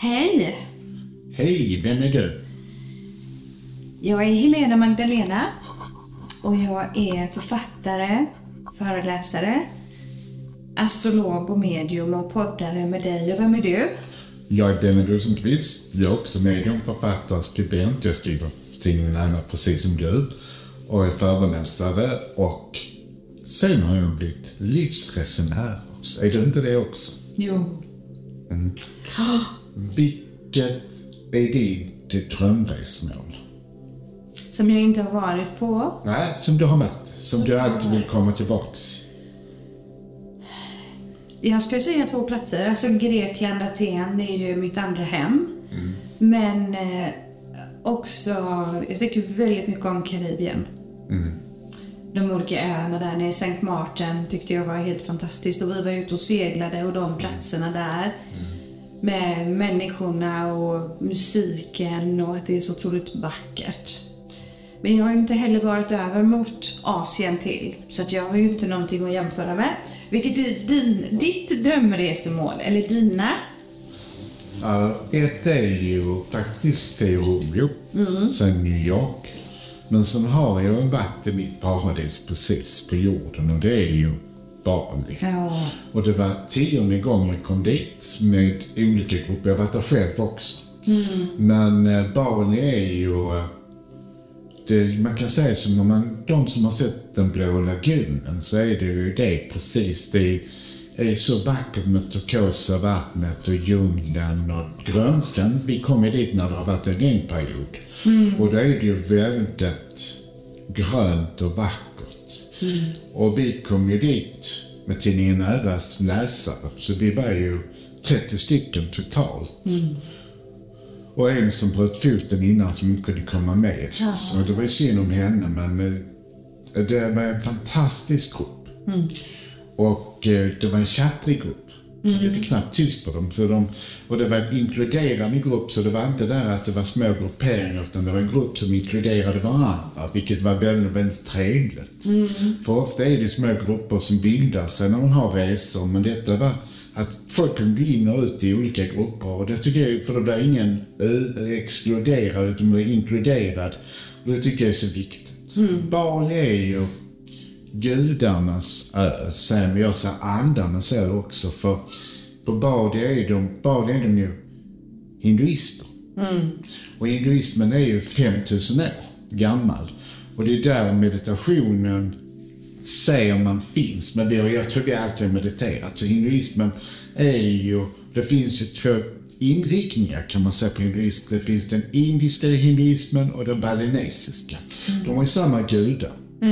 Hej! Hej, vem är du? Jag är Helena Magdalena och jag är författare, föreläsare, astrolog och medium och poddare med dig. Och vem är du? Jag är Benny Rosenqvist. Jag är också medium, författare, skribent. Jag skriver tidningen Anna precis som du. Och är föreläsare och sen har jag blivit livsresenär också. Är du inte det också? Jo. Vilket är ditt drömresmål? Som jag inte har varit på. Nej, som du har varit. Som du alltid vill komma tillbaks. Jag ska säga 2 platser. Alltså Grekland, Aten är ju mitt andra hem. Men också, jag tycker väldigt mycket om Karibien. De olika öarna där nere, St. Martin tyckte jag var helt fantastiskt. Och vi var ute och seglade och de platserna där. Med människorna och musiken och att det är så otroligt vackert. Men jag har ju inte heller varit över mot Asien till. Så att jag har ju inte någonting att jämföra med. Vilket är ditt drömresemål? Eller dina? Ett är ju faktiskt Rom, sen New York. Men sen har jag varit i mitt paradis precis på jorden och det är ju Bali. Ja. Och det var 10:e gången jag kom dit med olika grupper. Jag har varit där själv också. Men Bali är ju... man kan säga som när de som har sett den blå lagunen så är det ju det precis. Det är så vackert med turkosa vattnet och djungeln och grönsan. Vi kom ju dit när det har varit en regnperiod. Och då är det ju väldigt grönt och vackert. Och vi kom ju dit med tidningen Näras läsare. Så vi var ju 30 stycken totalt. Och en som bröt foten innan som inte kunde komma med. Ja. Så det var ju synd om henne, men det var en fantastisk grupp. Och det var en chattrig grupp. Så det är knappt tyst på dem. Och det var en inkluderande grupp, så det var inte där att det var små grupperingar, utan det var en grupp som inkluderade varandra, vilket var väldigt, väldigt trevligt. För ofta är det små grupper som bildar sig när man har resor, men detta var att folk kan gå in och ut i olika grupper, och det tycker jag, för det blir ingen exkluderad utan blir inkluderad, och det tycker jag är så viktigt. Bali är ju gudarnas ö, sen jag säger andarnas ö också, för på Bali är de ju hinduister. Och hinduismen är ju 5000 år gammal, och det är där meditationen säger man finns, men jag tror vi alltid har mediterat. Så hinduismen är ju, det finns ju 2 inriktningar kan man säga på hinduism. Det finns den indiska hinduismen och den balinesiska. De har ju samma gudar.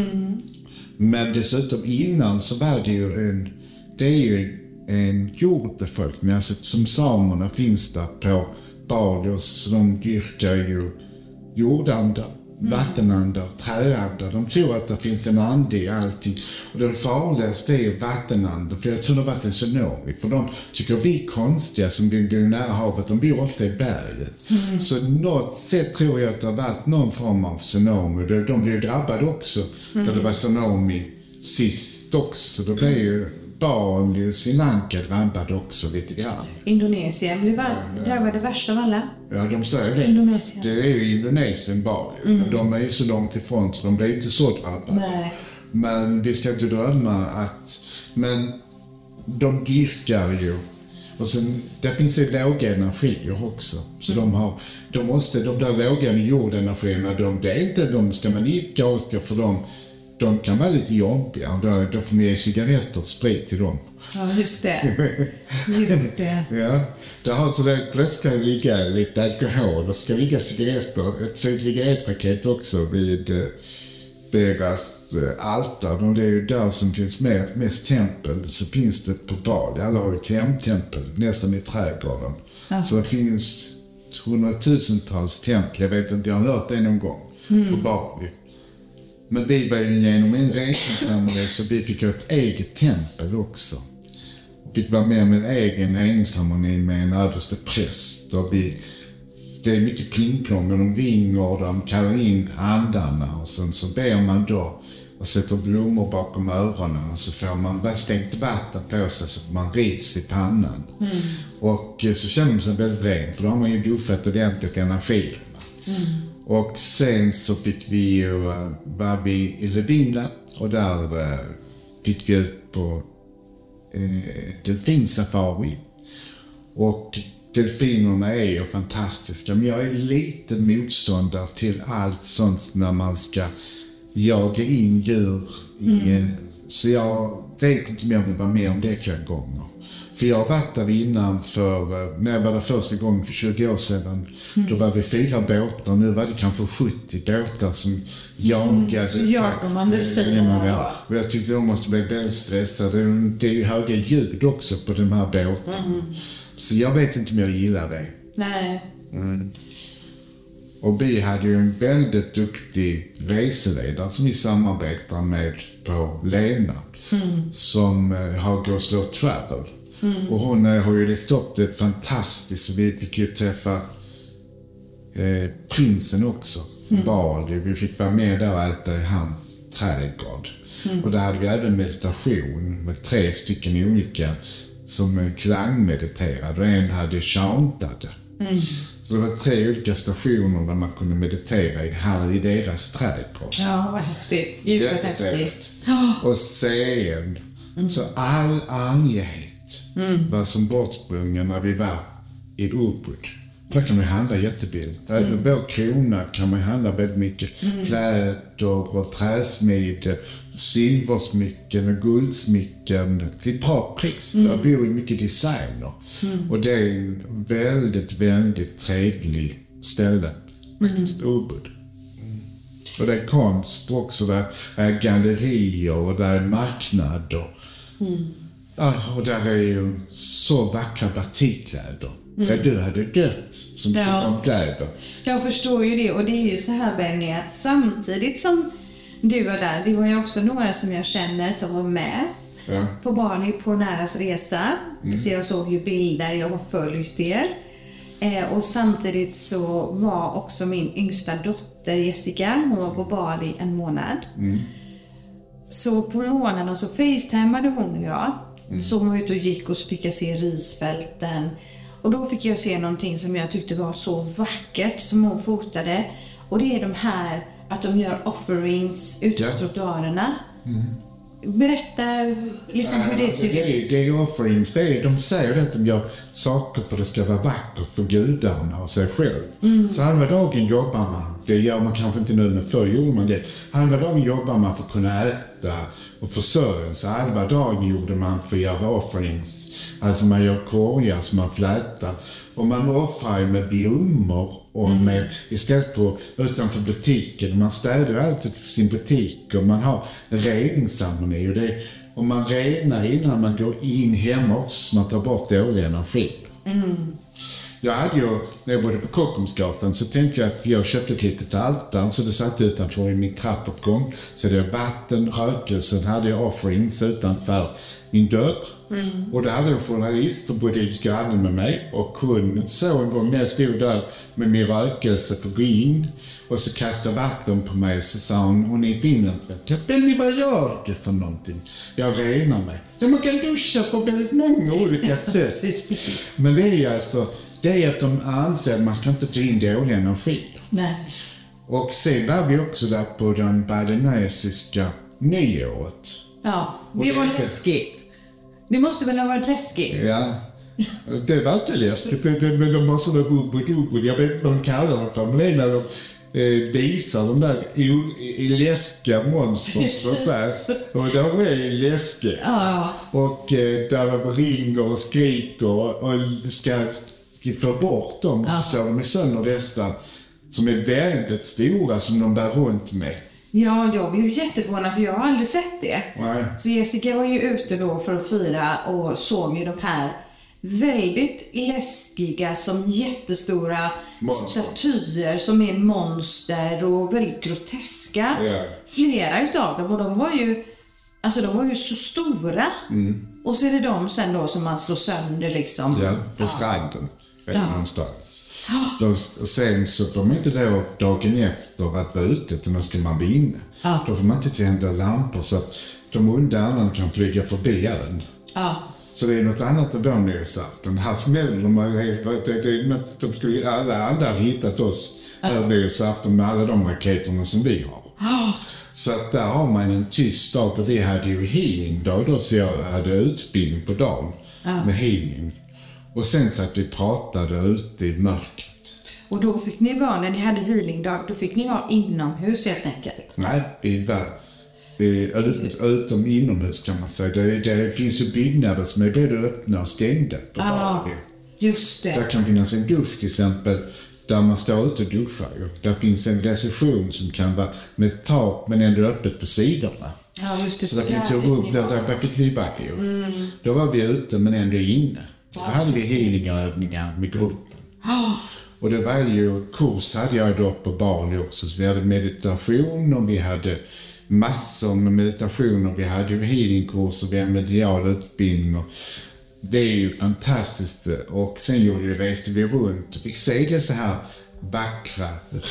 Men dessutom innan så var det är ju en jordbefolkning, alltså som samerna finns där på Bali, så de dyrkar ju jordandar, vattenandar, träandar. De tror att det finns en ande i allting. Och det farligaste är vattenandar, för jag tror det har varit en tsunami. För de tycker vi är konstiga som bor nära havet, de bor ofta i berget. Så något sätt tror jag att det har varit någon form av tsunami. De blev drabbade också när det var tsunami sist också. Då blev ju Bali och Sri Lanka drabbade också lite grann. Indonesien blev drabbade värst av alla. Ja, de säger det. Indonesien. Det är ju Indonesien, Bali. Men de är ju så långt ifrån så de blir inte så drabbade. Nej. Men vi ska inte drömma att... Men de dyrkar ju. Och sen, det finns ju låga energier också. Så de där låga jordenergierna, det är inte de ska man inte orka för dem. De kan vara lite jobbiga, och då får man ge cigaretter och sprit till dem. Ja, just det. Just det. Ja, det har så plötsligt ska det ligga lite alkohol och ska ligga cigaretter, ett cigarettpaket också vid deras altare. Och det är ju där som finns mest tempel, så finns det på Bali. Alla har ju tempel nästan i trädgården. Ja. Så det finns 100,000-tals tempel, jag vet inte, jag har hört det någon gång på Bali. Men vi var ju genom en resa så vi fick ett eget tempel också. Vi var med en egen reningsceremoni med en överste präst. Och det är mycket pingpong och de ringer och de kallar in andarna och sen så ber man då. och sätter blommor bakom öronen och så får man bara stängt vatten på sig så att man ris i pannan. Och så känner man sig väldigt ren, för då har man ju duffat ordentligt energierna. Och sen så fick vi ju, var vi i Redinla och där fick vi ut på delfinsafari. Och delfinerna är ju fantastiska, men jag är lite motståndare till allt sånt när man ska jaga in djur så jag vet inte om jag vill vara med om det flera gånger. För jag har varit där innan när jag var där första gången för 20 år sedan. Då var vi 4 båtar, nu var det kanske 70 båtar som jagade. Så jagar man delfinerna. Ja. Och jag tyckte de måste bli väldigt stressade. Det är ju höga ljud också på de här båtarna. Så jag vet inte om jag gillar det. Nej. Och vi hade ju en väldigt duktig reseledare som vi samarbetar med på Lena. Som har Go Slow Travel. Och hon har ju lagt upp det fantastiskt. Vi fick ju träffa prinsen också. Bali. Vi fick vara med där och äta i hans trädgård. Och där hade vi även meditation med 3 stycken olika som klangmediterade. Och en hade chantade. Så det var 3 olika stationer där man kunde meditera i deras trädgård. Ja, vad häftigt. Gud, vad häftigt. Och sen så all angehet var som bortsprungen när vi var i Ubud. Där kan man handla jättebilligt. Även vår krona kan man handla väldigt mycket kläder och träsmide, silversmycken och guldsmycken till ett bra pris. Där bor ju mycket designer. Och det är en väldigt, väldigt trevlig ställe. Faktiskt Ubud. Och det är konst också, där är gallerier och där är marknader. Och där är ju så vackra batikkläder. Där du hade dött som om kläder. Jag förstår ju det, och det är ju så här, Benny, att samtidigt som du var där, det var ju också några som jag känner som var med på Bali på Näras resa. Så jag såg ju bilder, jag har följt er. Och samtidigt så var också min yngsta dotter Jessica, hon var på Bali en månad. Så på månaden så facetimade hon och jag. Så hon var ute och gick och så fick jag se risfälten. Och då fick jag se någonting som jag tyckte var så vackert som hon fotade. Och det är de här, att de gör offerings ute på trottoarerna. Berätta liksom hur det ser ut. Det är offerings, de säger att de gör saker för att det ska vara vackert för gudarna och sig själv. Så halva dagen jobbar man, det gör man kanske inte nu, men förr gjorde man det. Halva dagen jobbar man för att kunna äta och försörja sig. Halva dagen gjorde man för att göra offerings. Alltså man gör korgar som man flätar. Och man offrar med blommor och med, istället för utanför butiken. Man städar alltid för sin butik och man har en reningsceremoni. Och man renar innan man går in hemma också. Man tar bort dålig energi. Jag hade ju, när jag bodde på Kockumsgatan, så tänkte jag att jag köpte ett litet altare. Så det satt utanför i min trappuppgång. Så det var vatten, rökelse, hade jag offerings utanför min dörr. Och då hade en journalist som bodde i granne med mig, och hon såg en gång när jag stod där med min rökelse på gå in och så kastade vatten på mig, så sa hon är i bilen. Benny, vad gör du för någonting? Jag renar mig. Ja, man kan duscha på väldigt många olika sätt. Men det är alltså, det är att de anser att man ska inte ta in dålig energi. Nej. Och sen var vi också där på den balinesiska nyåret. Ja, det var läskigt. Det måste väl ha varit läskigt? Ja, det var inte läskigt. Men de var sådana Ubud. Jag vet inte vad de kallar dem för. Men det är när de visar de där läskiga monster och de är läskiga. Ja. Och där de ringer och skriker och ska få bort dem. Så står de i sönder dessa som är väldigt stora som de bär runt med. Ja, jag blev jätteförvånad för jag har aldrig sett det. Nej. Så Jessica var ju ute då för att fira och såg ju de här väldigt läskiga som jättestora statyer som är monster och väldigt groteska. Ja. Flera utav dem, och de var ju så stora. Och så är det de sen då som man slår sönder liksom. Ja, på stranden. Någonstans. Och sen så får man inte då dagen efter att vara ute, utan då ska man bli inne. Då får man inte tända lampor så att de onda annan kan flyga förbi ön. Så det är något annat än då nyårsafton. Här smäller de för att det är något, de skulle alla andra hittat oss här nyårsafton med alla de raketerna som vi har. Så att där har man en tyst dag, och vi hade ju healing-dag då, så jag hade utbildning på dagen med healing. Och sen så att vi pratade ute i mörkret. Och då fick ni vara, när ni hade healing-dag, då fick ni vara inomhus helt enkelt? Nej, det var utom inomhus kan man säga. Det finns ju byggnader som är både öppna och stängda på Bali. Just det. Där kan finnas en dusch till exempel, där man står ute och duschar. Där finns en reception som kan vara med tak men ändå öppet på sidorna. Ja, just det. Så där fick vi backa. Då var vi ute men ändå inne. Så hade vi healingövningar med gruppen. Och det var ju kurs hade jag då på Bali också. Så vi hade meditation och vi hade massor med meditationer. Vi hade ju healingkurser, vi hade medial utbildning. Det är ju fantastiskt. Och sen reste vi runt och fick se dessa här vackra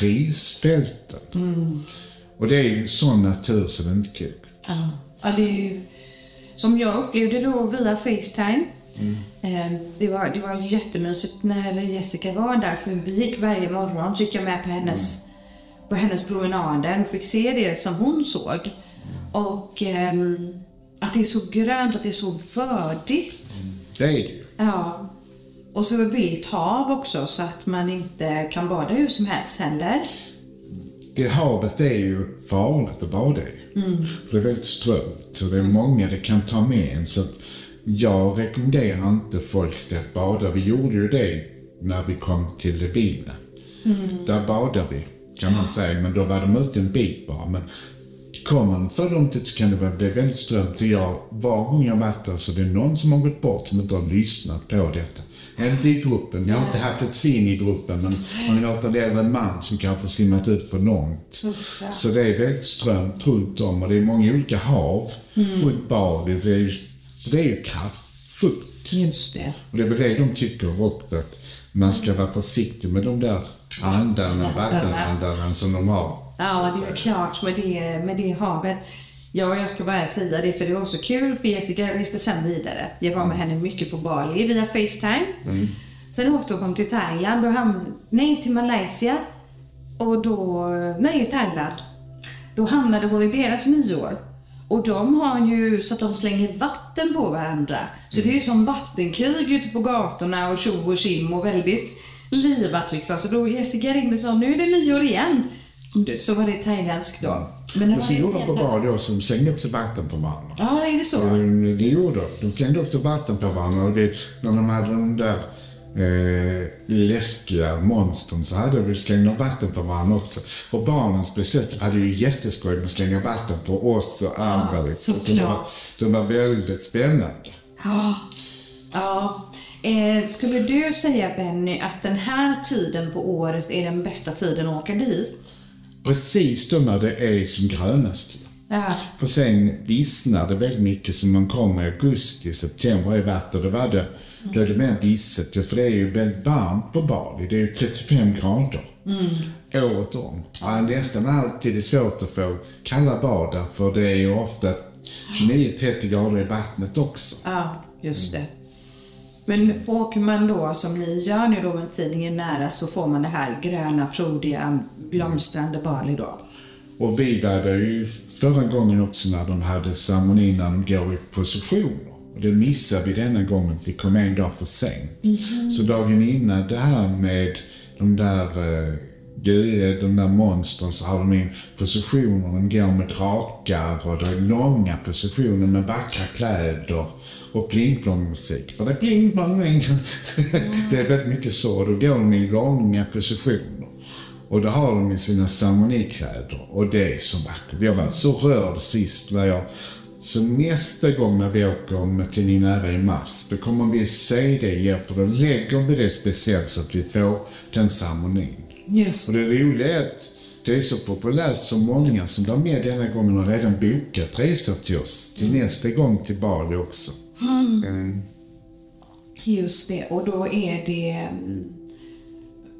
risfälten. Och det är ju en sån natur som är inte klokt. Ja, det är ju som jag upplevde då via FaceTime. Det var jättemysigt när Jessica var där, för vi gick varje morgon, så gick jag med på hennes promenader och fick se det som hon såg. Och att det är så grönt, att det är så vördigt. Det är det ju. Ja. Och så vilt hav också, så att man inte kan bada hur som helst heller. Det havet är ju farligt att bada i. För det är väldigt strömt. Så det är många det kan ta med en. Så jag rekommenderar inte folk att bada. Vi gjorde ju det när vi kom till Lebina. Där badade vi, kan man säga. Men då var de ute en bit bara. Men kommer man för långt ut så kan det bli väldigt strömt. Var gång jag varit där, så det är någon som har gått bort som inte har lyssnat på detta. Inte i gruppen. Jag har inte haft ett svin i gruppen, men man har hört att det är en man som kanske simmat ut för långt. Så det är väldigt strömt runt om, och det är många olika hav runt Bali. Det är ju kraftfullt. Just det. Och det är väl det de tycker också, att man ska vara försiktig med de där andarna, vattenandarna som de har. Ja, det är klart med det havet. Ja, jag ska bara säga det, för det var så kul, för Jessica reste sen vidare. Jag var med henne mycket på Bali via FaceTime. Sen åkte hon till Thailand och till Malaysia. Och i Thailand. Då hamnade hon i deras nyår. Och de har ju så att de slänger vatten på varandra. Så det är ju som vattenkrig ute på gatorna och tjo och kim och väldigt livat liksom. Så då Jessica ringde och sa, nu är det nyår igen. Så var det thailändsk då. Men och så gjorde de på Bali då, som slängde också vatten på varandra. Ja, är det så? Och det gjorde de slängde också vatten på varandra. Och när de hade de där läskiga monstren, så hade vi slängt vatten på varandra också. Och barnen speciellt hade ju jätteskoj med att slänga vatten på oss och andra. Ja, såklart. Det var väldigt spännande. Ja. Skulle du säga, Benny, att den här tiden på året är den bästa tiden att åka dit? Precis då när det är som grönast. Ja. För sen vissnar det väldigt mycket, som man kommer i augusti, september i vatten. Då är det mer disset, för det är ju väldigt varmt på Bali. Det är ju 35 grader året om. Ja, nästan alltid är det svårt att få kalla bad, för det är ju ofta 29-30 grader i vattnet också. Ja, just det. Men åker man då, som ni gör nu då, med tidningen nära, så får man det här gröna, frodiga, blomstrande Bali då. Och vi var ju förra gången också när de hade ceremoni, när de går i processioner. Och det missade vi denna gången, vi kom en dag för sent. Så dagen innan det här med de där monstren, så har de en processioner, de går med drakar och det är långa processioner med vackra kläder. Och pling-plong-musik. För det är pling-plong. Det är väldigt mycket så. Då går de i långa processioner. Och då har de i sina ceremonikläder. Och det är så vackert. Jag var så rörd sist. Så nästa gång när vi åker till Nineveh i mars, då kommer vi se det. För då lägger vi det speciellt så att vi får den ceremonin. Just. Och det roliga är att det är så populärt, så många som var med denna gången har redan bokat resor till oss. Till nästa gång till Bali också. Just det, och då är det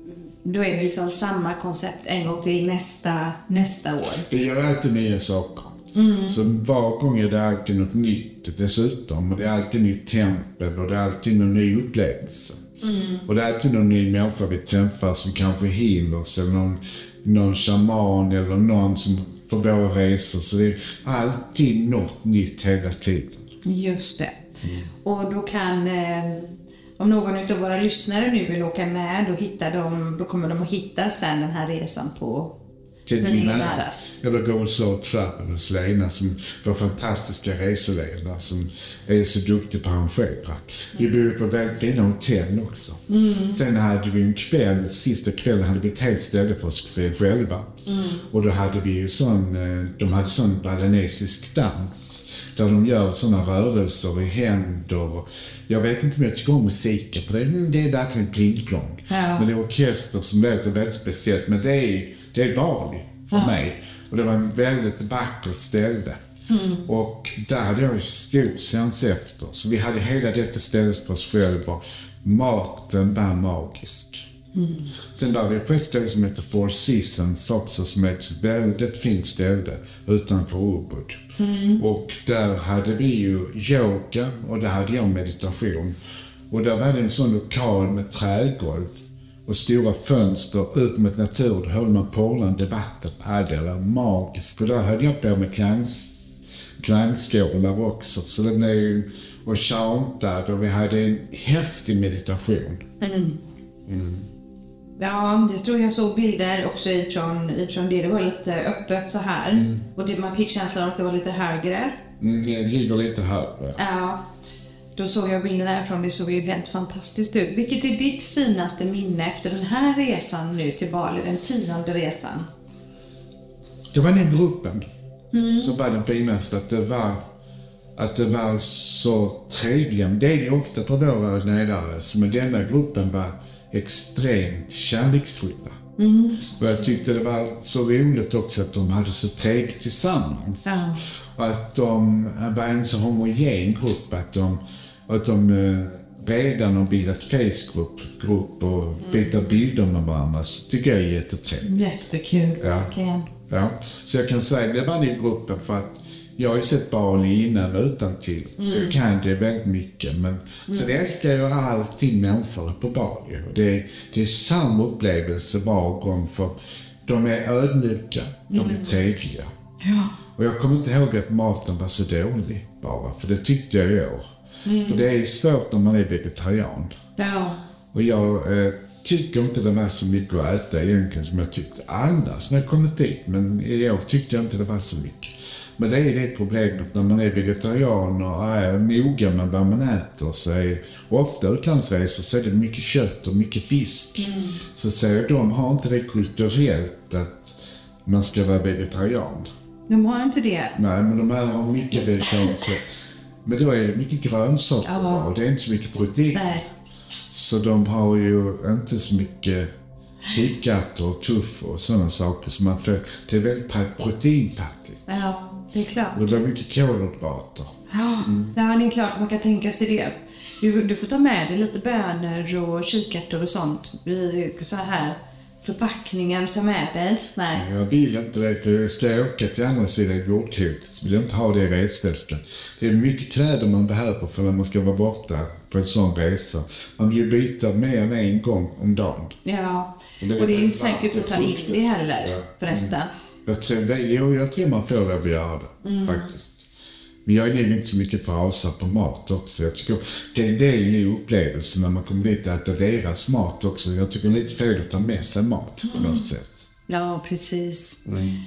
då är det liksom samma koncept en gång till nästa år. Det gör alltid nya saker. Så var gång är det alltid något nytt dessutom. Och det är alltid nytt tempel och det är alltid någon ny upplevelse. Och det är alltid någon ny människa vi träffar som kanske healers eller någon shaman eller någon som får våra resor. Så det är alltid något nytt hela tiden. Just det. Och då kan, om någon av våra lyssnare nu vill åka med, då kommer de att hitta sen den här resan på eller Go Soul Travelers Lena som var fantastiska reseledare som är så duktig på att arrangera. Vi bodde på väldigt fina hotell också. Sen hade vi en kväll, sista kvällen hade vi ett helt ställe för oss själva. Och då hade vi ju de hade sån balinesisk dans där de gör såna rörelser i händer. Jag vet inte om jag tycker om musiken på det. Det är verkligen pling-plong. Ja. Men det är orkester som låter väldigt speciellt. Men det är Bali för mig. Och det var en väldigt vackert ställe. Och där hade jag stort sen efter. Så vi hade hela detta stället för oss själva. Maten var magisk. Sen var vi på ett ställe som heter Four Seasons också, som är ett väldigt fint ställe utanför Ubud. Och där hade vi ju yoga och där hade jag meditation. Och där var det en sån lokal med trädgolv och stora fönster ut mot naturen. Då höll man porlande vatten. Det var magiskt. Och där höll jag på med klangskålar också. Så det blev ju och chantade och vi hade en häftig meditation. Ja, det tror jag såg bilder också ifrån det. Det var lite öppet så här. Och man fick känslan av att det var lite högre. Det ligger lite högre. Ja, då såg jag bilder därifrån. Det såg ju helt fantastiskt ut. Vilket är ditt finaste minne efter den här resan nu till Bali, den 10:e resan? Det var den gruppen som var den finaste. Att det var så trevliga. Det är det ofta på våra ledare. Men denna gruppen var extremt kärleksfulla. Och jag tyckte det var så roligt också att de hade så trevligt tillsammans. Och att de var en så homogen grupp att de redan har bildat Facebookgrupp och bytt bilder med varandra. Så tycker jag är jättetrevligt. Jättekul. Ja. Så jag kan säga det var den gruppen för att jag har ju sett Bali innan utan till. Så jag kan det väldigt mycket. Men så det älskar jag alltid människor på Bali. Och det är samma upplevelse var gång för de är ödmjuka, de är trevliga. Ja. Och jag kommer inte ihåg att maten var så dålig bara, för det tyckte jag i år. För det är svårt när man är vegetarian. Ja. Och jag tycker inte det var så mycket att äta egentligen som jag tyckte annars när jag kom dit. Men i år tyckte jag inte det var så mycket. Men det är det problemet när man är vegetarian och är noga med vad man äter. Så är ofta utlandsresor så är det mycket kött och mycket fisk. Så säger de har inte det kulturellt att man ska vara vegetarian. De har inte det? Nej, men de här har mycket vegetarianskt. Men då är det mycket grönsaker och det är inte så mycket protein. Nej. Så de har ju inte så mycket kikärtor och tuff och sådana saker. Så man får, det är väldigt proteinfattigt. Ja, det är klart. Och det är mycket kolhydrater. Ja, det är klart man kan tänka sig det. Du får ta med dig lite bönor och kikärtor och sånt. Så här förpackningar ta med dig. Nej. Jag vill inte det, för jag ska åka till andra sidan jordklotet. Så vill jag inte ha det i resväskan. Det är mycket kläder man behöver för när man ska vara borta på en sån resa. Man vill byta mer än en gång om dagen. Ja, och det är inte säkert att ta in det heller förresten. Jag tror man får det att göra det, faktiskt. Men jag är inte så mycket för att asa på mat också. Jag tycker det är ju upplevelsen när man kommer dit att äta deras mat också. Jag tycker det är lite fel att ta med sig mat på något sätt. Ja, precis.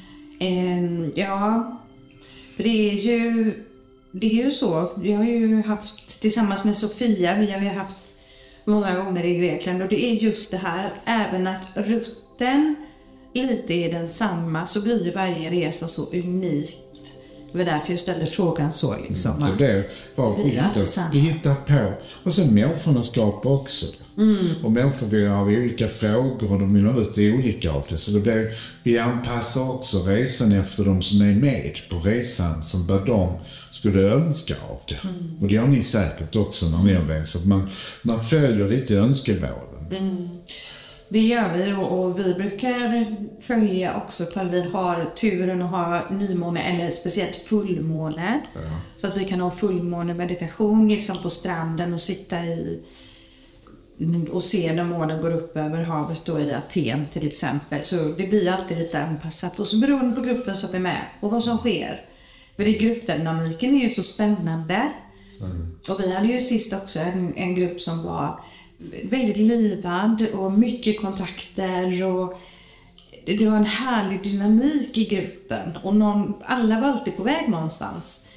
Ja, för det är ju så. Vi har ju haft, tillsammans med Sofia, vi har ju haft många gånger i Grekland. Och det är just det här att även att rutten lite är densamma så blir ju varje resa så unikt. Det var därför jag ställde frågan så liksom. Det var vi hittar på. Och sen människorna skapar också det. Och människor vill ha olika frågor och de vill ha ut olika av det. Så vi anpassar också resan efter de som är med på resan som vad de skulle önska av det. Och det har ni säkert också när ni har rest. Man följer lite önskemålen. Det gör vi och vi brukar följa också ifall vi har turen att ha nymåne eller speciellt fullmåne. Ja. Så att vi kan ha fullmåne meditation liksom på stranden och sitta i och se när månen går upp över havet då i Aten till exempel. Så det blir alltid lite anpassat och så beroende på gruppen som är med och vad som sker. För det gruppdynamiken är ju så spännande. Och vi hade ju sist också en grupp som var väldigt livad och mycket kontakter och det var en härlig dynamik i gruppen och alla var alltid på väg någonstans.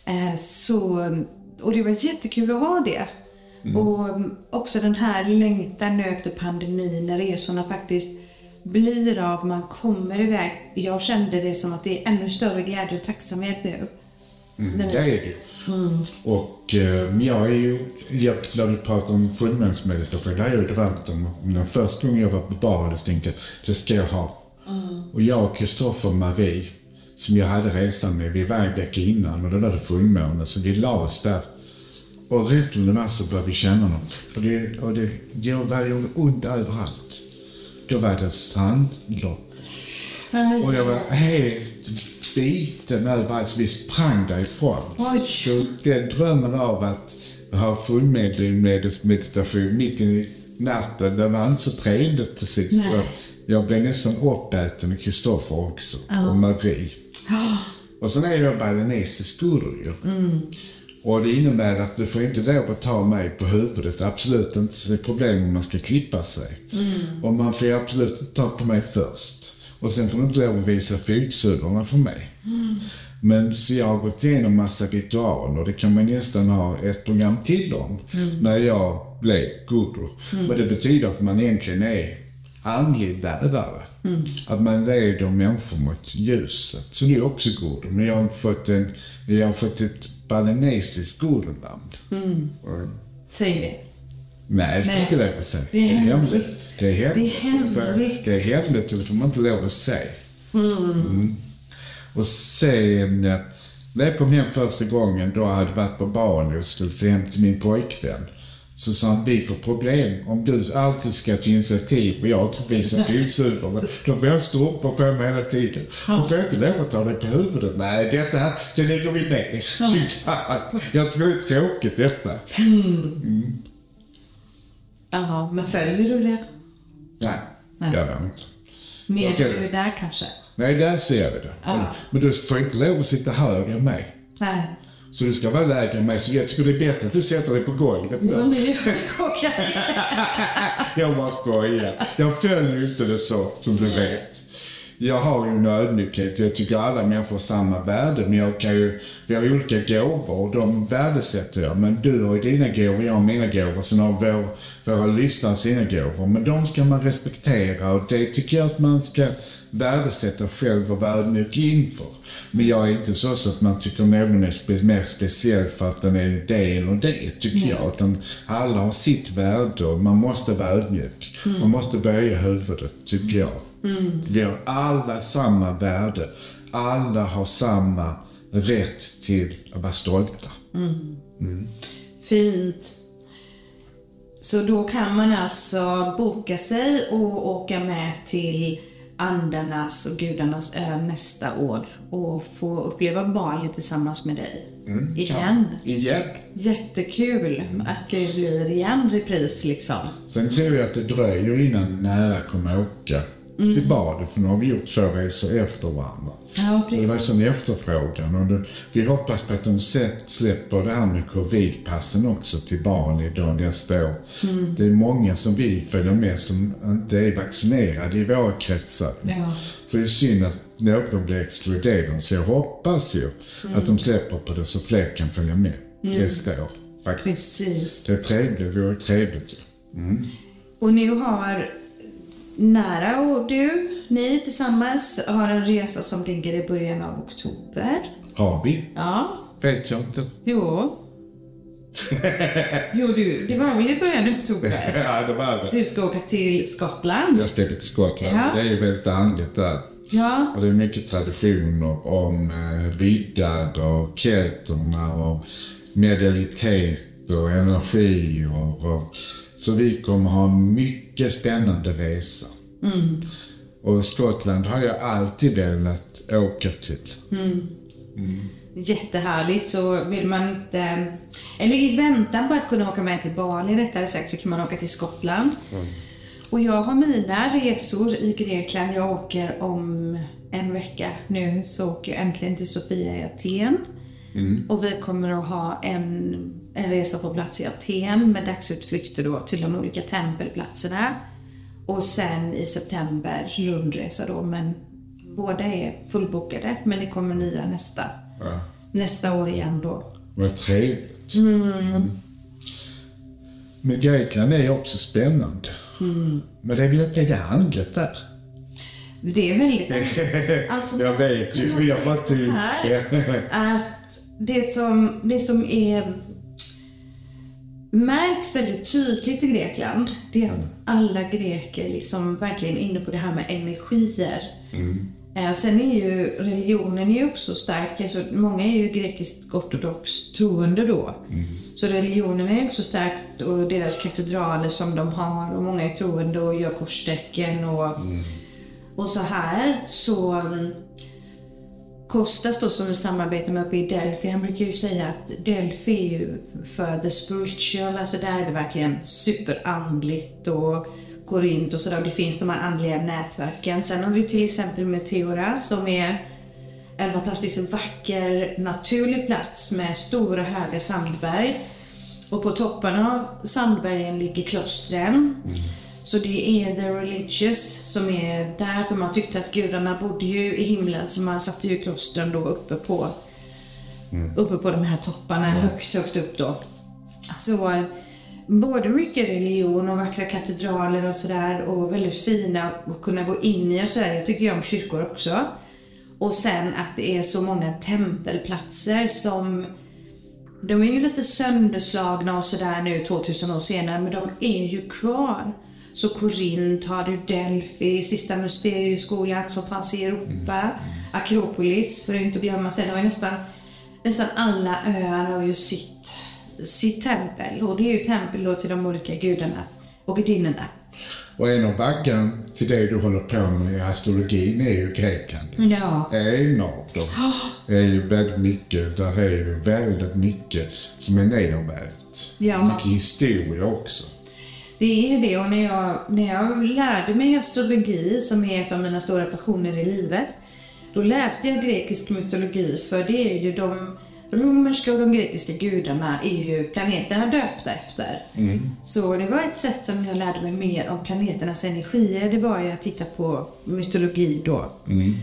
Och det var jättekul att ha det. Och också den här längtan nu efter pandemin när resorna faktiskt blir av, man kommer iväg. Jag kände det som att det är ännu större glädje och tacksamhet nu. Det är det. Och när du pratar om fullmånsmeditation, det har jag ju drömt om. Den första gången jag var på baren tänkte jag, det ska jag ha. Och jag, Kristoffer och Marie, som jag hade resan med, vi var en vecka innan och då var det fullmåne, så vi la oss där. Och rätt under den så började vi känna något. Och det var ont överallt. Då var det strandlopp. Och jag var helt biten över att vi sprang därifrån. Så den drömmen av att ha fullmeditation mitt i natten, det var inte så trevligt precis. Jag blev nästan uppäten med Kristoffer också. Och Marie. Och sen är jag balinesisk guru. Och det innebär att du får inte lov att ta mig på huvudet. Absolut inte, så det är problem om man ska klippa sig. Och man får absolut inte ta på mig först. Och sen får du inte lov att visa fotsulorna för mig. Men så jag har gått igenom massa ritualer. Det kan man nästan ha ett program till om. När jag blev guru. Och det betyder att man egentligen är andlig lärare. Att man leder människor mot ljuset. Så det är också guru. Men jag har fått ett balinesiskt gurunamn. Säg det. Nej, det är inte det att säga. Det är hemligt. Det är hemligt och det får man inte lov att säga. Och sen, när jag kom hem första gången, då hade jag varit på barn och skulle få hem till min pojkvän. Så sa han, vi får problem om du alltid ska ta initiativ och jag inte visar fotsulorna. Då blir jag stå upp på mig hela tiden. Och får jag inte lov att ta det på huvudet? Nej, detta här, det lägger vi ner. Jag tror det är tråkigt detta. Jaha, men följer du det? Nej, jag gör inte. Mer du där kanske? Nej, där ser vi det. Men du får inte lov att sitta högre än mig. Nej. Så du ska vara lägre än mig, så jag tycker det är bättre att du sätter dig på golvet. Jag bara skojar. Jag följer ju inte det så, som du vet. Jag har ju en ödmjukhet. Jag tycker alla människor har samma värde. Men vi har olika gåvor och de värdesätter jag. Men du har ju dina gåvor, jag har mina gåvor. Sen har våra lyssnare sina gåvor. Men de ska man respektera och det tycker jag att man ska värdesätta själv och vara ödmjuk inför. Men jag är inte så att man tycker någon är mer speciell för att den är det eller det, tycker jag. Utan alla har sitt värde och man måste vara ödmjuk. Man måste böja huvudet, tycker jag. Vi har alla samma värde. Alla har samma rätt till att vara stolta. Fint. Så då kan man alltså boka sig och åka med till andarnas och gudarnas ö nästa år och få uppleva Bali tillsammans med dig igen. Jättekul att det blir igen repris liksom. Sen tror jag att det dröjer innan nära kommer åka till Bali, för nu har vi gjort 2 resor efter varandra. Ja, precis. Det var som efterfrågan och vi hoppas på att de släpper det här med covid-passen också till Bali då nästa år. Det är många som vill följa med som inte är vaccinerade i våra kretsar. Ja. För det är synd att någon blir exkluderad, så jag hoppas ju att de släpper på det så fler kan följa med nästa år. Precis. Det vore trevligt. Och nu har Nära och ni tillsammans har en resa som ligger i början av oktober. Har vi? Ja. Vet jag inte. Jo, det var väl i början av oktober. Ja, det var det. Du ska åka till Skottland. Jag ska åka till Skottland. Ja. Det är ju väldigt andligt där. Ja. Och det är mycket traditioner om riddare och kelterna och medialitet och energi och Så vi kommer ha mycket spännande resa. Och Skottland har jag alltid velat åka till. Jättehärligt. Så vill man inte, eller i väntan på att kunna åka med till Bali rättare sagt, så kan man åka till Skottland. Och jag har mina resor i Grekland. Jag åker om en vecka nu, så åker jag äntligen till Sofia i Aten. Och vi kommer att ha en resa på plats i Aten med dagsutflykter då till de olika tempelplatserna. Och sen i september rundresa då, men båda är fullbokade, men det kommer nya nästa år igen då. Vad trevligt. Men Grekland är också spännande. Men det är väl inte handlet där? Det är väldigt... Alltså, jag vet ju, jag måste ju... Att det som är märks väldigt tydligt i Grekland, det är att alla greker liksom verkligen är inne på det här med energier. Sen är ju religionen är också stark, alltså många är ju grekiskt ortodox troende då. Så religionen är också starkt, och deras katedraler som de har, och många är troende och gör korstecken och så här. Så Kostas då, som vi samarbetar med uppe i Delphi, han brukar ju säga att Delphi är ju för the spiritual, alltså där är det verkligen superandligt och går in och sådär. Det finns de här andliga nätverken. Sen har vi till exempel Meteora som är en fantastiskt vacker naturlig plats med stora höga sandberg. Och på topparna av sandbergen ligger klostren. Så det är the religious som är där, för man tyckte att gudarna bodde ju i himlen, så man satte ju klostren då uppe på de här topparna, högt upp då. Så både mycket religion och vackra katedraler och sådär, och väldigt fina att kunna gå in i och sådär. Jag tycker om kyrkor också. Och sen att det är så många tempelplatser som, de är ju lite sönderslagna och sådär nu 2000 år senare, men de är ju kvar. Så Korint har du, Delphi, sista mysterieskolan som fanns i Europa, Akropolis, för att inte glömma sig. Det var nästan alla öar har ju sitt tempel, och det är ju tempel då till de olika gudarna och gudinnorna. Och en av baggen till det du håller på med i astrologin är ju Grekland. Ja. En av dem är ju väldigt mycket, där är ju väldigt mycket som är nedvärlt. Ja. Mycket historia också. Det är det, och när jag lärde mig astrologi, som är ett av mina stora passioner i livet, då läste jag grekisk mytologi, för det är ju de romerska och de grekiska gudarna är ju planeterna döpta efter. Så det var ett sätt som jag lärde mig mer om planeternas energier. Det var ju att titta på mytologi då.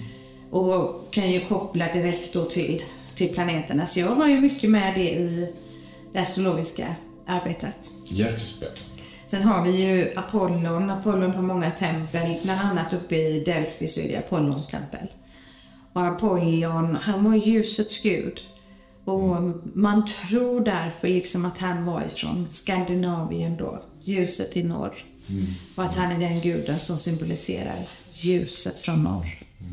Och kan ju koppla direkt då till planeterna. Så jag har ju mycket med det i det astrologiska arbetet. Jättespännande. Sen har vi ju Apollon. Apollon har många tempel, bland annat uppe i Delphi så är det Apollons tempel. Och Apollon, han var ljusets gud. Och man tror därför liksom att han var från Skandinavien då, ljuset i norr. Och att han är den guden som symboliserar ljuset från norr.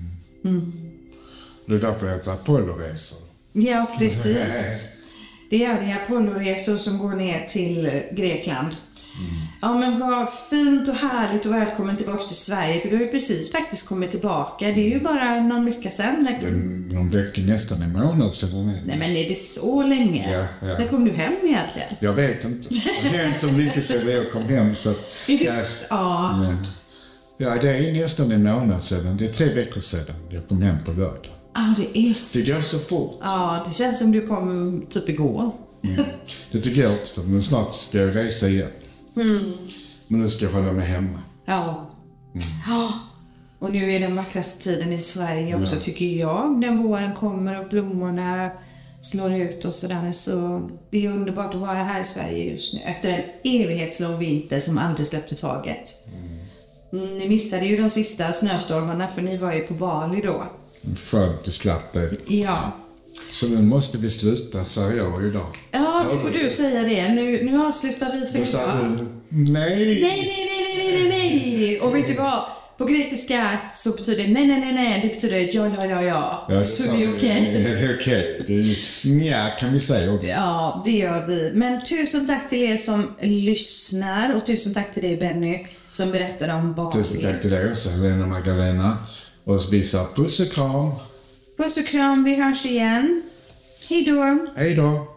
Det är därför jag heter Apolloresor. Ja, precis. Det är Apolloresor som går ner till Grekland. Ja, men vad fint och härligt och välkommen tillbaka till Sverige. För du har ju precis faktiskt kommit tillbaka. Det är ju bara någon vecka sedan. Någon vecka, nästan en månad sedan. Nej, men är det så länge? Ja. När kom du hem egentligen? Jag vet inte. Det är så mycket sedan jag kom hem. Så ja, det är nästan en månad sedan. Det är 3 veckor sedan jag kom hem på lördag. Ja, det är... Det går så fort. Ja, det känns som du kom typ igår. Det tycker jag också. Men snart ska jag resa igen. Men nu ska jag hålla mig hemma. Ja. Och nu är den vackraste tiden i Sverige också, tycker jag. När våren kommer och blommorna slår ut och sådär. Så det är underbart att vara här i Sverige just nu. Efter en evighetslång vinter som aldrig släppte taget. Ni missade ju de sista snöstormarna, för ni var ju på Bali då. Skönt att slappa. Ja. Så nu måste vi sluta, sa jag idag. Ja, nu får du säga det. Nu avslutar vi för idag. Nej. Nej. Och vet du vad? På grekiska så betyder nej, det betyder ja. Så det är okej. Okej. Det är ja, kan vi säga också. Ja, det gör vi. Men tusen tack till er som lyssnar och tusen tack till dig Benny som berättar om barn. Tusen tack till dig också, Helena Magdalena. Och så visar puss och kram. Puss och kram, vi hörs igen. Hej då. Hej då.